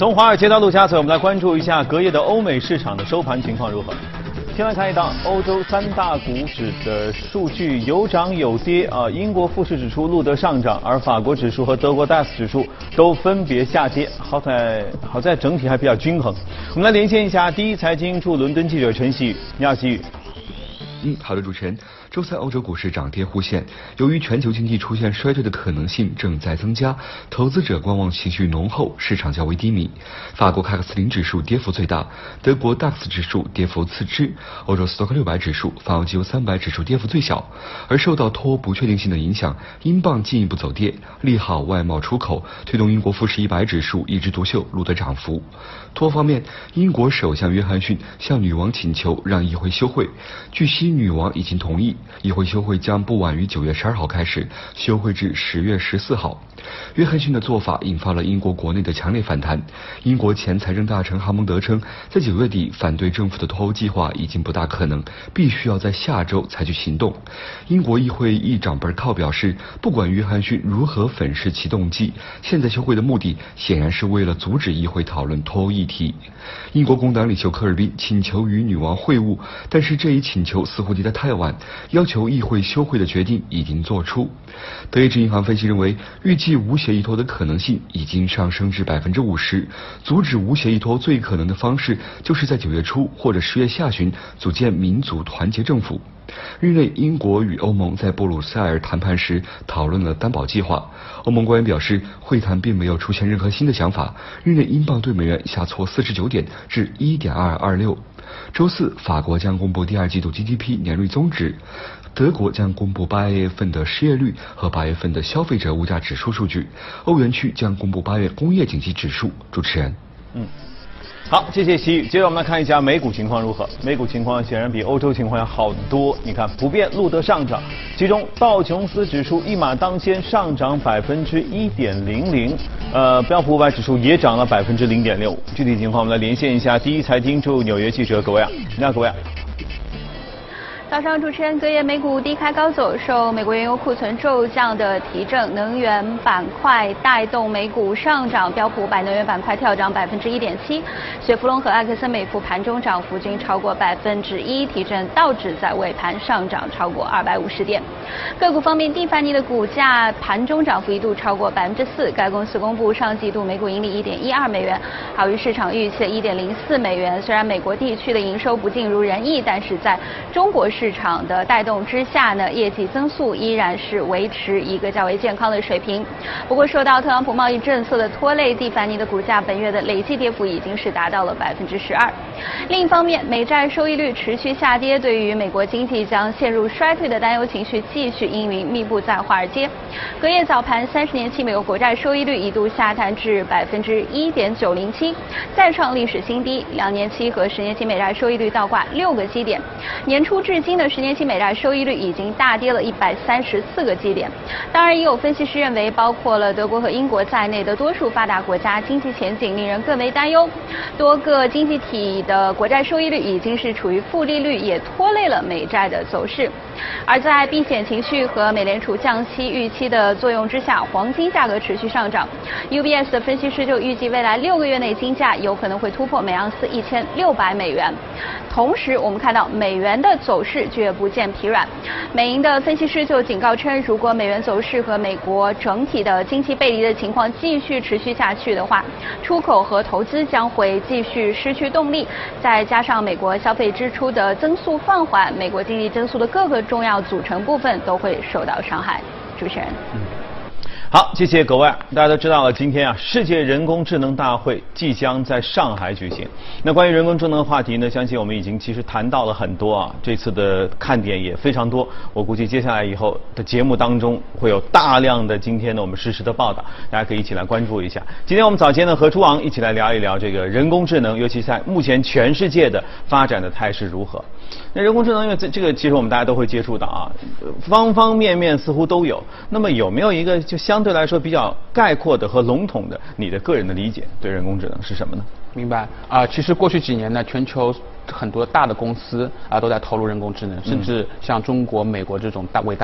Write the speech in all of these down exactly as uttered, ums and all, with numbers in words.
从华尔街到陆家嘴，我们来关注一下隔夜的欧美市场的收盘情况如何。先来看一档欧洲三大股指的数据，有涨有跌啊。英国富时指数录得上涨，而法国指数和德国 D A X 指数都分别下跌。好在好在整体还比较均衡。我们来连线一下第一财经驻伦敦记者陈曦宇，你好，曦宇。 嗯，好的，主持人。周三欧洲股市涨跌互现，由于全球经济出现衰退的可能性正在增加，投资者观望情绪浓厚，市场较为低迷。法国凯克斯林指数跌幅最大，德国 D A X 指数跌幅次之，欧洲斯托克六百指数、法国基优三百指数跌幅最小。而受到脱欧不确定性的影响，英镑进一步走跌，利好外贸出口，推动英国富时一百指数一枝独秀，录得涨幅。脱欧方面，英国首相约翰逊向女王请求让议会休会，据悉女王已经同意。议会休会将不晚于九月十二号开始，休会至十月十四号。约翰逊的做法引发了英国国内的强烈反弹。英国前财政大臣哈蒙德称，在九月底反对政府的脱欧计划已经不大可能，必须要在下周采取行动。英国议会议长本靠表示，不管约翰逊如何粉饰其动机，现在休会的目的显然是为了阻止议会讨论脱欧议题。英国工党领袖科尔宾请求与女王会晤，但是这一请求似乎来得太晚，要求议会休会的决定已经做出。德意志银行分析认为，预计无协议脱的可能性已经上升至百分之五十。阻止无协议脱最可能的方式，就是在九月初或者十月下旬组建民族团结政府。日内，英国与欧盟在布鲁塞尔谈判时讨论了担保计划。欧盟官员表示，会谈并没有出现任何新的想法。日内，英镑对美元下挫四十九点至 一点二二六。周四，法国将公布第二季度 G D P 年率综值。德国将公布八月份的失业率和八月份的消费者物价指数数据，欧元区将公布八月工业景气指数。主持人， 嗯，好，谢谢曦宇。接着我们来看一下美股情况如何。美股情况显然比欧洲情况要好得多。你看，普遍录得上涨，其中道琼斯指数一马当先上涨百分之一点零零，呃，标普五百指数也涨了百分之零点六五。具体情况我们来连线一下第一财经驻纽约记者葛维亚。你好，葛维亚。 早上，主持人，隔夜美股低开高走，受美国原油库存骤降的提振，能源板块带动美股上涨，标普五百能源板块跳涨百分之一点七，雪佛龙和埃克森美孚盘中涨幅均超过百分之一，提振道指在尾盘上涨超过二百五十点。个股方面，蒂凡尼的股价盘中涨幅一度超过百分之四，该公司公布上季度每股盈利一点一二美元，好于市场预期的一点零四美元。虽然美国地区的营收不尽如人意，但是在中国市场的带动之下呢，业绩增速依然是维持一个较为健康的水平。不过，受到特朗普贸易政策的拖累，蒂凡尼的股价本月的累计跌幅已经是达到了百分之十二。另一方面，美债收益率持续下跌，对于美国经济将陷入衰退的担忧情绪继续阴云密布在华尔街。隔夜早盘，三十年期美国国债收益率一度下探至百分之一点九零七，再创历史新低。两年期和十年期美债收益率倒挂六个基点。年初至今的十年期美债收益率已经大跌了一百三十四个基点。当然，也有分析师认为，包括了德国和英国在内的多数发达国家经济前景令人更为担忧。多个经济体的国债收益率已经是处于负利率，也拖累了美债的走势。而在避险情绪和美联储降息预期的作用之下，黄金价格持续上涨。U B S 的分析师就预计，未来六个月内金价有可能会突破每盎司一千六百美元。同时，我们看到美元的走势却不见疲软。美银的分析师就警告称，如果美元走势和美国整体的经济背离的情况继续持续下去的话，出口和投资将会继续失去动力。再加上美国消费支出的增速放缓，美国经济增速的各个重要组成部分都会受到伤害。主持人。嗯好，谢谢各位。大家都知道了，今天啊，世界人工智能大会即将在上海举行。那关于人工智能的话题呢，相信我们已经其实谈到了很多啊，这次的看点也非常多。我估计接下来以后的节目当中会有大量的今天呢我们实时的报道，大家可以一起来关注一下。今天我们早间呢和朱昂一起来聊一聊这个人工智能，尤其在目前全世界的发展的态势如何。那人工智能因为这这个其实我们大家都会接触到啊，方方面面似乎都有。那么有没有一个就相对来说比较概括的和笼统的你的个人的理解对人工智能是什么呢？ 明白啊、呃，其实过去几年呢，全球很多大的公司啊、呃、都在投入人工智能，甚至像中国、美国这种大伟大的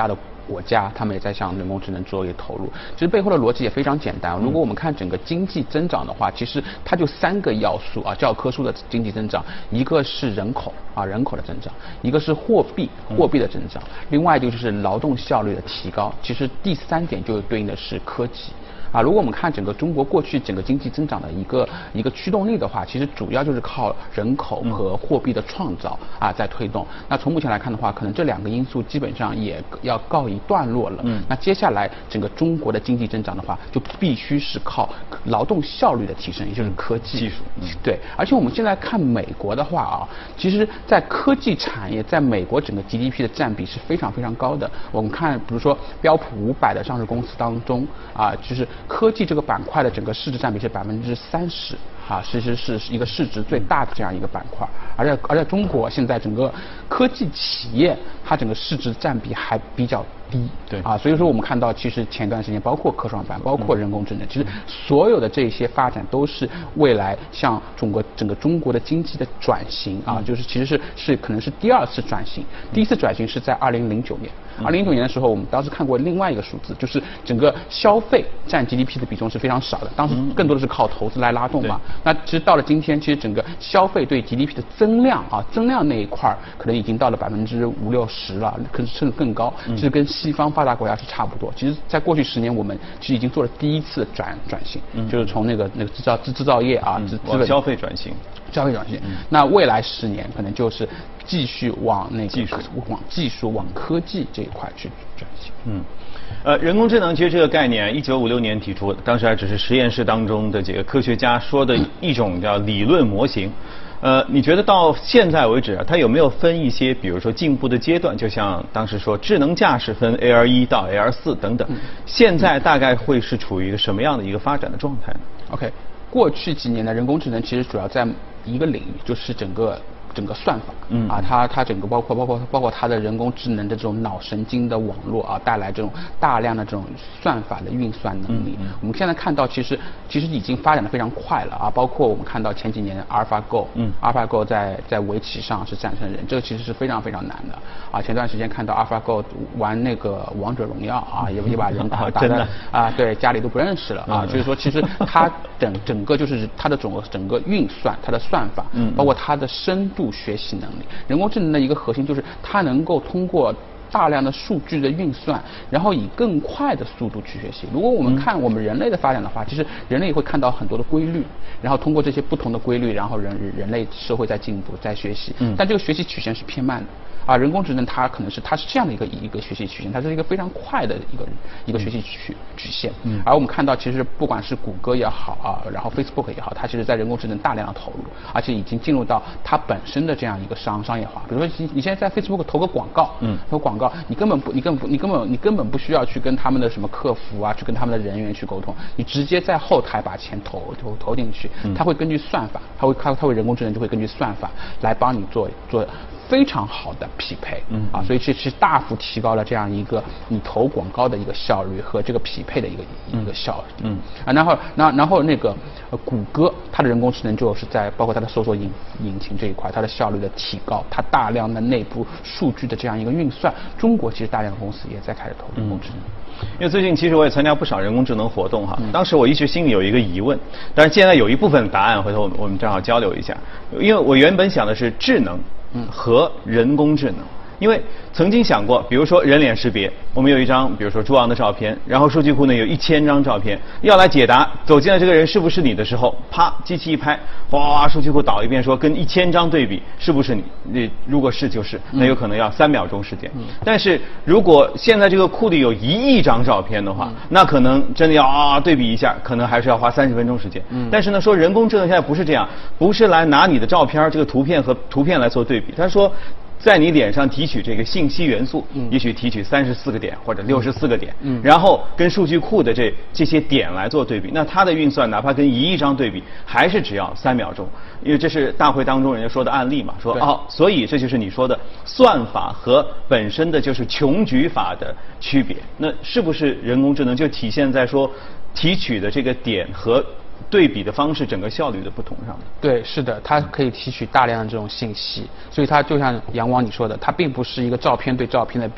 国家他们也在向人工智能做一个投入。其实背后的逻辑也非常简单。如果我们看整个经济增长的话，其实它就三个要素啊，教科书的经济增长，一个是人口啊人口的增长，一个是货币货币的增长，另外就是劳动效率的提高。其实第三点就对应的是科技。啊，如果我们看整个中国过去整个经济增长的一个一个驱动力的话，其实主要就是靠人口和货币的创造啊在推动。那从目前来看的话，可能这两个因素基本上也要告一段落了。嗯，那接下来整个中国的经济增长的话，就必须是靠劳动效率的提升，也就是科技技术。嗯， 对。而且我们现在看美国的话啊，其实在科技产业在美国整个 G D P 的占比是非常非常高的。我们看，比如说标普五百的上市公司当中啊，就是科技这个板块的整个市值占比是百分之三十啊，其实是一个市值最大的这样一个板块。而在而在中国现在整个科技企业它整个市值占比还比较低， 对啊，所以说我们看到其实前段时间包括科创板，包括人工智能，其实所有的这些发展都是未来向中国整个中国的经济的转型啊，就是其实是是可能是第二次转型，第一次转型是在二零零九年，二零零九年的时候我们当时看过另外一个数字，就是整个消费占 G D P 的比重是非常少的，当时更多的是靠投资来拉动嘛。那其实到了今天，其实整个消费对 G D P 的增量啊，增量那一块可能已经到了百分之五六十了，甚至更高，这是跟西方发达国家是差不多。其实在过去十年，我们其实已经做了第一次转转型，嗯、就是从那个那个制造制制造业啊，资资本消费转型， 消费转型。嗯、那未来十年可能就是继续往那个技术、 往技术、往科技这一块去转型。 嗯。呃，人工智能其实这个概念，一九五六年提出的，当时还只是实验室当中的几个科学家说的一种叫理论模型。呃，你觉得到现在为止啊，它有没有分一些，比如说进步的阶段？就像当时说智能驾驶分 A R 一到 A R 四等等，现在大概会是处于一个什么样的一个发展的状态呢 ？OK， 过去几年的人工智能其实主要在一个领域，就是整个。整个算法，嗯啊，它它整个包括包括包括它的人工智能的这种脑神经的网络啊，带来这种大量的这种算法的运算能力。嗯嗯、我们现在看到，其实其实已经发展的非常快了啊，包括我们看到前几年 AlphaGo， 嗯 ，AlphaGo 在在围棋上是战胜人，这个其实是非常非常难的啊。前段时间看到 AlphaGo 玩那个王者荣耀啊，也也把人打打的啊，对，家里都不认识了啊。所以说，其实它整整个就是它的整个整个运算，它的算法，嗯，包括它的深度学习能力，人工智能的一个核心就是它能够通过大量的数据的运算，然后以更快的速度去学习。如果我们看我们人类的发展的话，其实人类也会看到很多的规律，然后通过这些不同的规律，然后人人类社会在进步，在学习。嗯，但这个学习曲线是偏慢的。啊，人工智能它可能是它是这样的一个一个学习曲线，它是一个非常快的一个一个学习曲曲线。嗯，而我们看到，其实不管是谷歌也好啊，然后 Facebook 也好，它其实在人工智能大量的投入，而且已经进入到它本身的这样一个商商业化。比如说你你现在在 Facebook 投个广告，嗯，投广告，你根本不你根本不你根本你根本不需要去跟他们的什么客服啊，去跟他们的人员去沟通，你直接在后台把钱投投投进去，它会根据算法，它会它它会人工智能就会根据算法来帮你做做。非常好的匹配，嗯啊，所以这是大幅提高了这样一个你投广告的一个效率和这个匹配的一个、嗯、一个效率，嗯啊，然后然后然后那个、呃、谷歌它的人工智能就是在包括它的搜索引引擎这一块，它的效率的提高，它大量的内部数据的这样一个运算，中国其实大量的公司也在开始投人工智能。 嗯，因为最近其实我也参加不少人工智能活动哈，当时我一直心里有一个疑问，但是现在有一部分答案，回头我们我们正好交流一下，因为我原本想的是智能。嗯，和人工智能，因为曾经想过，比如说人脸识别，我们有一张，比如说朱昂的照片，然后数据库呢有一千张照片，要来解答走进来这个人是不是你的时候，啪，机器一拍，哗，数据库导一遍说跟一千张对比是不是你？你如果是就是，那有可能要三秒钟时间。嗯、但是如果现在这个库里有一亿张照片的话，嗯、那可能真的要啊对比一下，可能还是要花三十分钟时间。嗯、但是呢，说人工智能现在不是这样，不是来拿你的照片这个图片和图片来做对比，他说。在你脸上提取这个信息元素，嗯、也许提取三十四个点或者六十四个点，嗯、然后跟数据库的这这些点来做对比，那它的运算哪怕跟一亿张对比，还是只要三秒钟，因为这是大会当中人家说的案例嘛，说哦，所以这就是你说的算法和本身的就是穷举法的区别。那是不是人工智能就体现在说提取的这个点和对比的方式，整个效率的不同上的？ 对，是的，它可以提取大量的这种信息，所以它就像杨王你说的，它并不是一个照片对照片的比，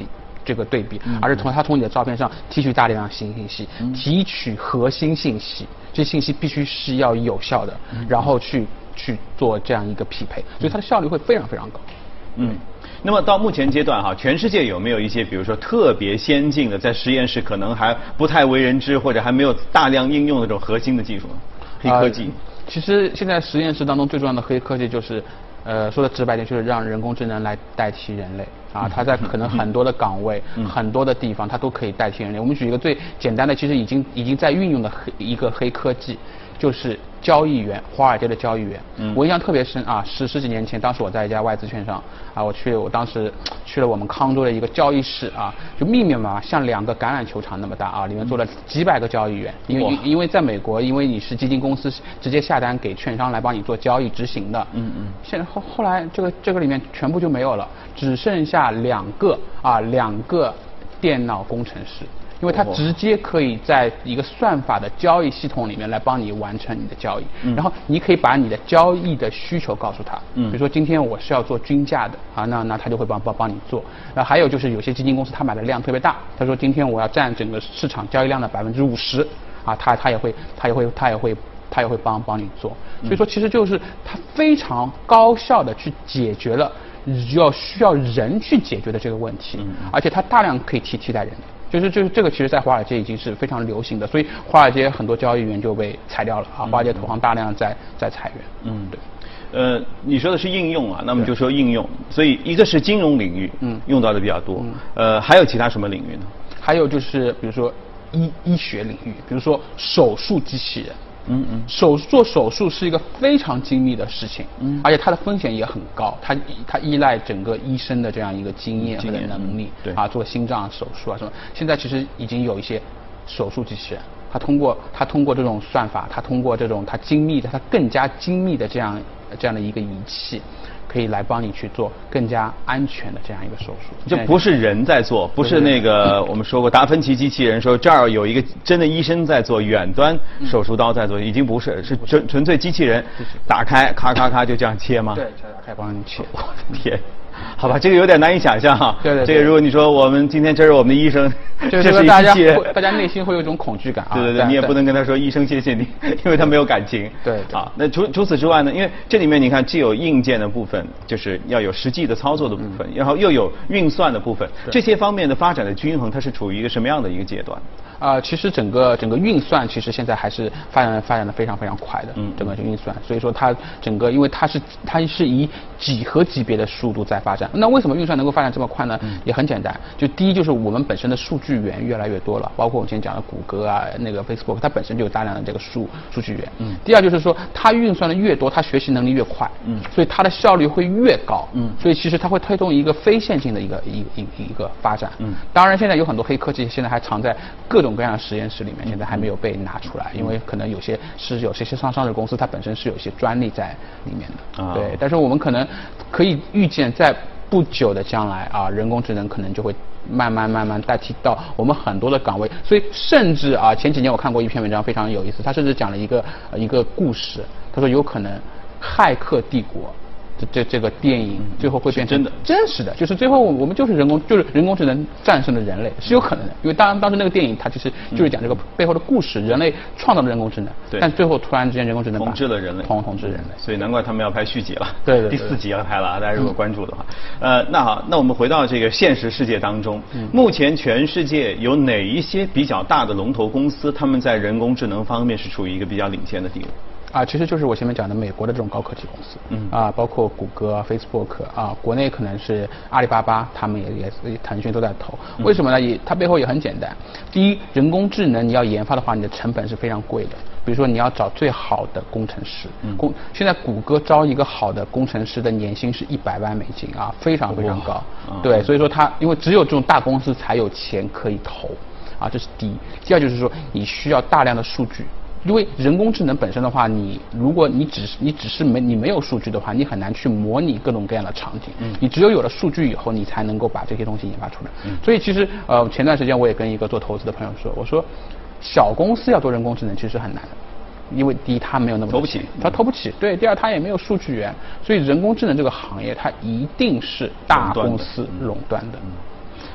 这个对比，而是从它从你的照片上提取大量信息，提取核心信息，这信息必须是要有效的，然后去去做这样一个匹配，所以它的效率会非常非常高。 嗯，那么到目前阶段哈，全世界有没有一些比如说特别先进的，在实验室可能还不太为人知，或者还没有大量应用的这种核心的技术呢？黑科技？ 呃、其实现在实验室当中最重要的黑科技就是。呃，说的直白点，就是让人工智能来代替人类啊，它在可能很多的岗位、嗯、很多的地方，它都可以代替人类。我们举一个最简单的，其实已经已经在运用的黑一个黑科技，就是交易员，华尔街的交易员。嗯，我印象特别深啊，十十几年前，当时我在一家外资券商啊，我去，我当时去了我们康州的一个交易室啊，就密密麻麻，像两个橄榄球场那么大啊，里面坐了几百个交易员。因为因为在美国，因为你是基金公司直接下单给券商来帮你做交易执行的。嗯嗯。现在后后来这个这个里面全部就没有了，只剩下两个啊两个电脑工程师。因为它直接可以在一个算法的交易系统里面来帮你完成你的交易，嗯、然后你可以把你的交易的需求告诉他，嗯、比如说今天我是要做均价的啊，那那他就会帮帮帮你做。然后还有就是有些基金公司他买的量特别大，他说今天我要占整个市场交易量的百分之五十啊，他他也会他也会他也会他也会帮帮你做。所以说其实就是它非常高效的去解决了要需要人去解决的这个问题，嗯、而且它大量可以替替代人的。就是就是这个，其实在华尔街已经是非常流行的，所以华尔街很多交易员就被裁掉了啊，华尔街投行大量在在裁员。嗯，对。 呃，你说的是应用啊，那么就说应用，所以一个是金融领域，嗯，用到的比较多，嗯、呃，还有其他什么领域呢？ 还有就是比如说医医学领域，比如说手术机器人。嗯嗯，手做手术是一个非常精密的事情，嗯，而且它的风险也很高，它它依赖整个医生的这样一个经验和能力， 对啊，做心脏手术啊什么。现在其实已经有一些手术机器人，它通过它通过这种算法，它通过这种它精密的，它更加精密的这样这样的一个仪器。可以来帮你去做更加安全的这样一个手术， 就不是人在做，不是那个我们说过达芬奇机器人说这儿有一个真的医生在做，远端手术刀在做，已经不是，是纯纯粹机器人打开咔咔咔就这样切吗？ 对，打开帮你切。 我的天！好吧，这个有点难以想象哈。 对对。 这个如果你说我们今天这是我们的医生， 这是大家大家内心会有一种恐惧感啊。 对对对，你也不能跟他说医生谢谢你，因为他没有感情。 对。 啊，那除除此之外呢？因为这里面你看，既有硬件的部分，就是要有实际的操作的部分，然后又有运算的部分，这些方面的发展的均衡，它是处于一个什么样的一个阶段？ 啊、呃，其实整个整个运算其实现在还是发展发展的非常非常快的，嗯，整个运算，所以说它整个因为它是它是以几何级别的速度在发展。那为什么运算能够发展这么快呢？嗯、也很简单，就第一就是我们本身的数据源越来越多了，包括我们今天讲的谷歌啊，那个 Facebook， 它本身就有大量的这个数数据源。嗯。第二就是说，它运算的越多，它学习能力越快，嗯，所以它的效率会越高，嗯，所以其实它会推动一个非线性的一个一一一个发展。嗯。当然，现在有很多黑科技，现在还藏在各种各样的实验室里面，现在还没有被拿出来，因为可能有些是有些上上市公司它本身是有一些专利在里面的，啊、对。但是我们可能可以预见，在不久的将来啊，人工智能可能就会慢慢慢慢代替到我们很多的岗位。所以甚至啊，前几年我看过一篇文章非常有意思，他甚至讲了一个呃一个故事，他说有可能《骇客帝国》。这这个电影最后会变成真的真实的，就是最后我们就是人工就是人工智能战胜了人类是有可能的，因为当当时那个电影它其实就是讲这个背后的故事，人类创造了人工智能，但最后突然之间人工智能统治了人类， 统统治人类， 所以难怪他们要拍续集了， 对对， 第四集要拍了，大家如果关注的话，呃，那好，那我们回到这个现实世界当中，目前全世界有哪一些比较大的龙头公司，他们在人工智能方面是处于一个比较领先的地位？ 啊，其实就是我前面讲的美国的这种高科技公司，嗯，啊，包括谷歌、Facebook 啊，国内可能是阿里巴巴，他们也也腾讯都在投。为什么呢？也它背后也很简单。第一，人工智能你要研发的话，你的成本是非常贵的。比如说你要找最好的工程师，嗯，工现在谷歌招一个好的工程师的年薪是一百万美金啊，非常非常高。对，所以说它因为只有这种大公司才有钱可以投，啊，这是第一。第二就是说你需要大量的数据。因为人工智能本身的话，你如果你只是你只是没你没有数据的话，你很难去模拟各种各样的场景。嗯，你只有有了数据以后，你才能够把这些东西研发出来。嗯，所以其实呃前段时间我也跟一个做投资的朋友说，我说小公司要做人工智能其实很难的，因为第一它没有那么投不起， 它投不起，对，第二它也没有数据源，所以人工智能这个行业它一定是大公司垄断的。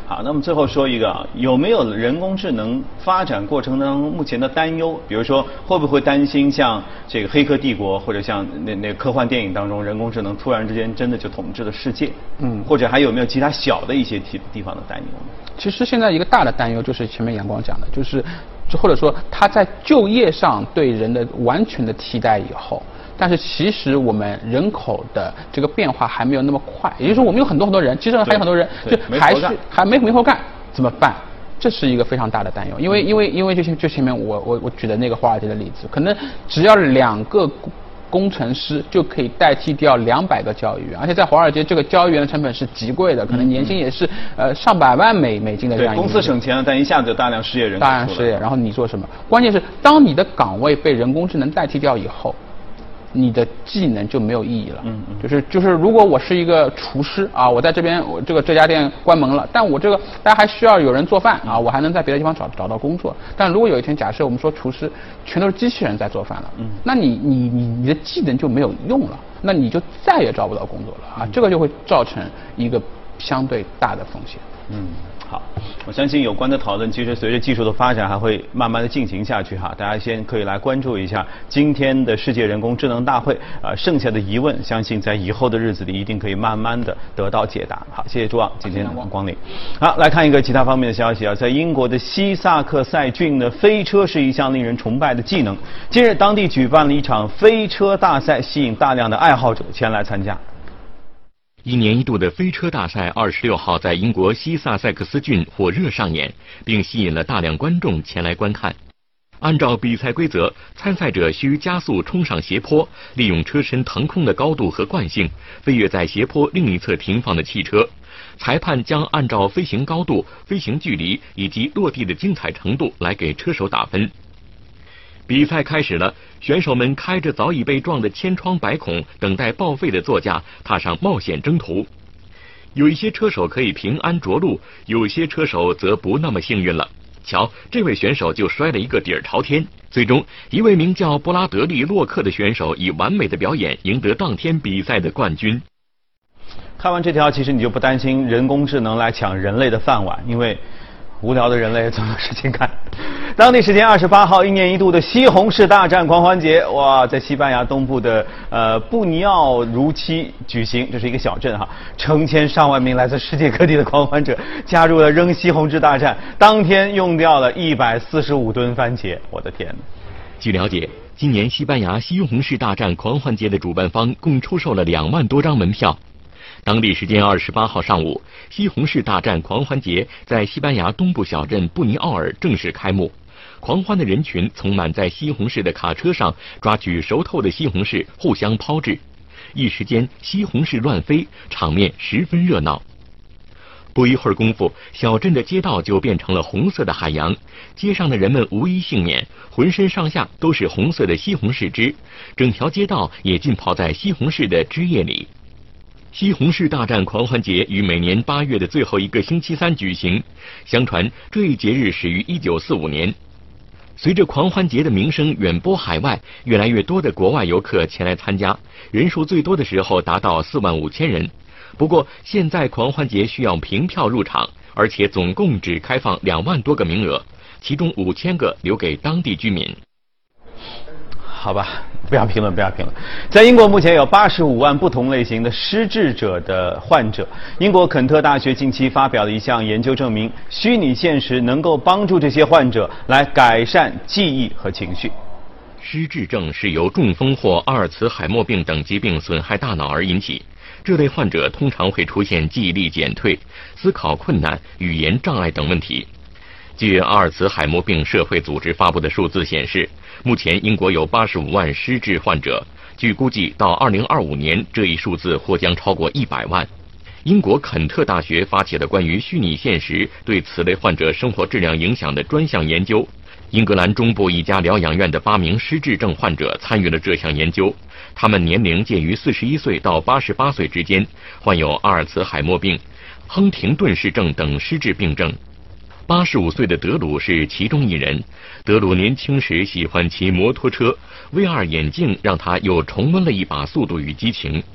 好，那么最后说一个啊，有没有人工智能发展过程当中目前的担忧？比如说会不会担心像这个《黑客帝国》或者像那那科幻电影当中，人工智能突然之间真的就统治了世界？嗯，或者还有没有其他小的一些地地方的担忧呢？ 其实现在一个大的担忧就是前面阳光讲的，就是或者说它在就业上对人的完全的替代以后。但是其实我们人口的这个变化还没有那么快，也就是说我们有很多很多人，其实还有很多人就还是还没没活干，怎么办？这是一个非常大的担忧，因为因为因为就就前面我我我举的那个华尔街的例子，可能只要两个工程师就可以代替掉两百个交易员，而且在华尔街这个交易员的成本是极贵的，可能年薪也是呃上百万美美金的这样一个。 公司省钱了，但一下子有大量失业人口。 大量失业，然后你做什么？关键是当你的岗位被人工智能代替掉以后。你的技能就没有意义了。嗯嗯。就是就是，如果我是一个厨师啊，我在这边我这个这家店关门了，但我这个大家还需要有人做饭啊，我还能在别的地方找找到工作。但如果有一天假设我们说厨师全都是机器人在做饭了，嗯，那你你你你的技能就没有用了，那你就再也找不到工作了啊，这个就会造成一个相对大的风险。 嗯。好，我相信有关的讨论其实随着技术的发展还会慢慢的进行下去哈。大家先可以来关注一下今天的世界人工智能大会啊、呃，剩下的疑问，相信在以后的日子里一定可以慢慢的得到解答。好，谢谢朱昂今天的光临。好，来看一个其他方面的消息啊，在英国的西萨克塞郡呢，飞车是一项令人崇拜的技能。近日，当地举办了一场飞车大赛，吸引大量的爱好者前来参加。 一年一度的飞车大赛二十六号在英国西萨塞克斯郡火热上演，并吸引了大量观众前来观看。按照比赛规则，参赛者需加速冲上斜坡，利用车身腾空的高度和惯性，飞越在斜坡另一侧停放的汽车。裁判将按照飞行高度、飞行距离以及落地的精彩程度来给车手打分。比赛开始了，选手们开着早已被撞得千疮百孔、等待报废的座驾，踏上冒险征途。有一些车手可以平安着陆，有些车手则不那么幸运了。瞧，这位选手就摔了一个底儿朝天。最终，一位名叫布拉德利·洛克的选手以完美的表演赢得当天比赛的冠军。 看完这条，其实你就不担心人工智能来抢人类的饭碗，因为无聊的人类总有事情干。当地时间二十八号，一年一度的西红柿大战狂欢节，哇，在西班牙东部的呃布尼奥如期举行。这是一个小镇哈，成千上万名来自世界各地的狂欢者加入了扔西红柿大战，当天用掉了一百四十五吨番茄，我的天哪！ 据了解，今年西班牙西红柿大战狂欢节的主办方共出售了两万多张门票。当地时间二十八号上午，西红柿大战狂欢节在西班牙东部小镇布尼奥尔正式开幕。狂欢的人群从满载西红柿的卡车上抓取熟透的西红柿，互相抛掷，一时间西红柿乱飞，场面十分热闹。不一会儿功夫，小镇的街道就变成了红色的海洋，街上的人们无一幸免，浑身上下都是红色的西红柿汁，整条街道也浸泡在西红柿的汁液里。西红柿大战狂欢节于每年八月的最后一个星期三举行。相传这一节日始于一九四五年。随着狂欢节的名声远播海外，越来越多的国外游客前来参加，人数最多的时候达到四万五千人。不过现在狂欢节需要凭票入场，而且总共只开放两万多个名额，其中五千个留给当地居民。 好吧，不要评论，不要评论。在英国目前有八十五万不同类型的失智者的患者。英国肯特大学近期发表的一项研究证明，虚拟现实能够帮助这些患者来改善记忆和情绪。 失智症是由中风或阿尔茨海默病等疾病损害大脑而引起。这类患者通常会出现记忆力减退、思考困难、语言障碍等问题。据阿尔茨海默病社会组织发布的数字显示，目前英国有八十五万失智患者，据估计到二零二五年，这一数字或将超过一百万。英国肯特大学发起了关于虚拟现实对此类患者生活质量影响的专项研究。英格兰中部一家疗养院的八名失智症患者参与了这项研究，他们年龄介于四十一岁到八十八岁之间，患有阿尔茨海默病、亨廷顿氏症等失智病症。八十五岁的德鲁是其中一人。德鲁年轻时喜欢骑摩托车 ，V R 眼镜让他又重温了一把《速度与激情》。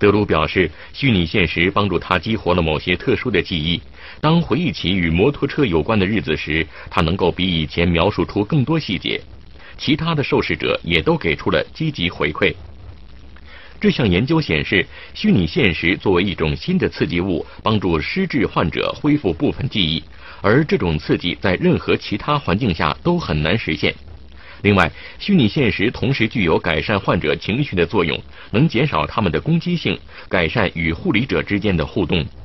德鲁表示，虚拟现实帮助他激活了某些特殊的记忆。当回忆起与摩托车有关的日子时，他能够比以前描述出更多细节。其他的受试者也都给出了积极回馈。这项研究显示，虚拟现实作为一种新的刺激物，帮助失智患者恢复部分记忆，而这种刺激在任何其他环境下都很难实现。另外，虚拟现实同时具有改善患者情绪的作用，能减少他们的攻击性，改善与护理者之间的互动。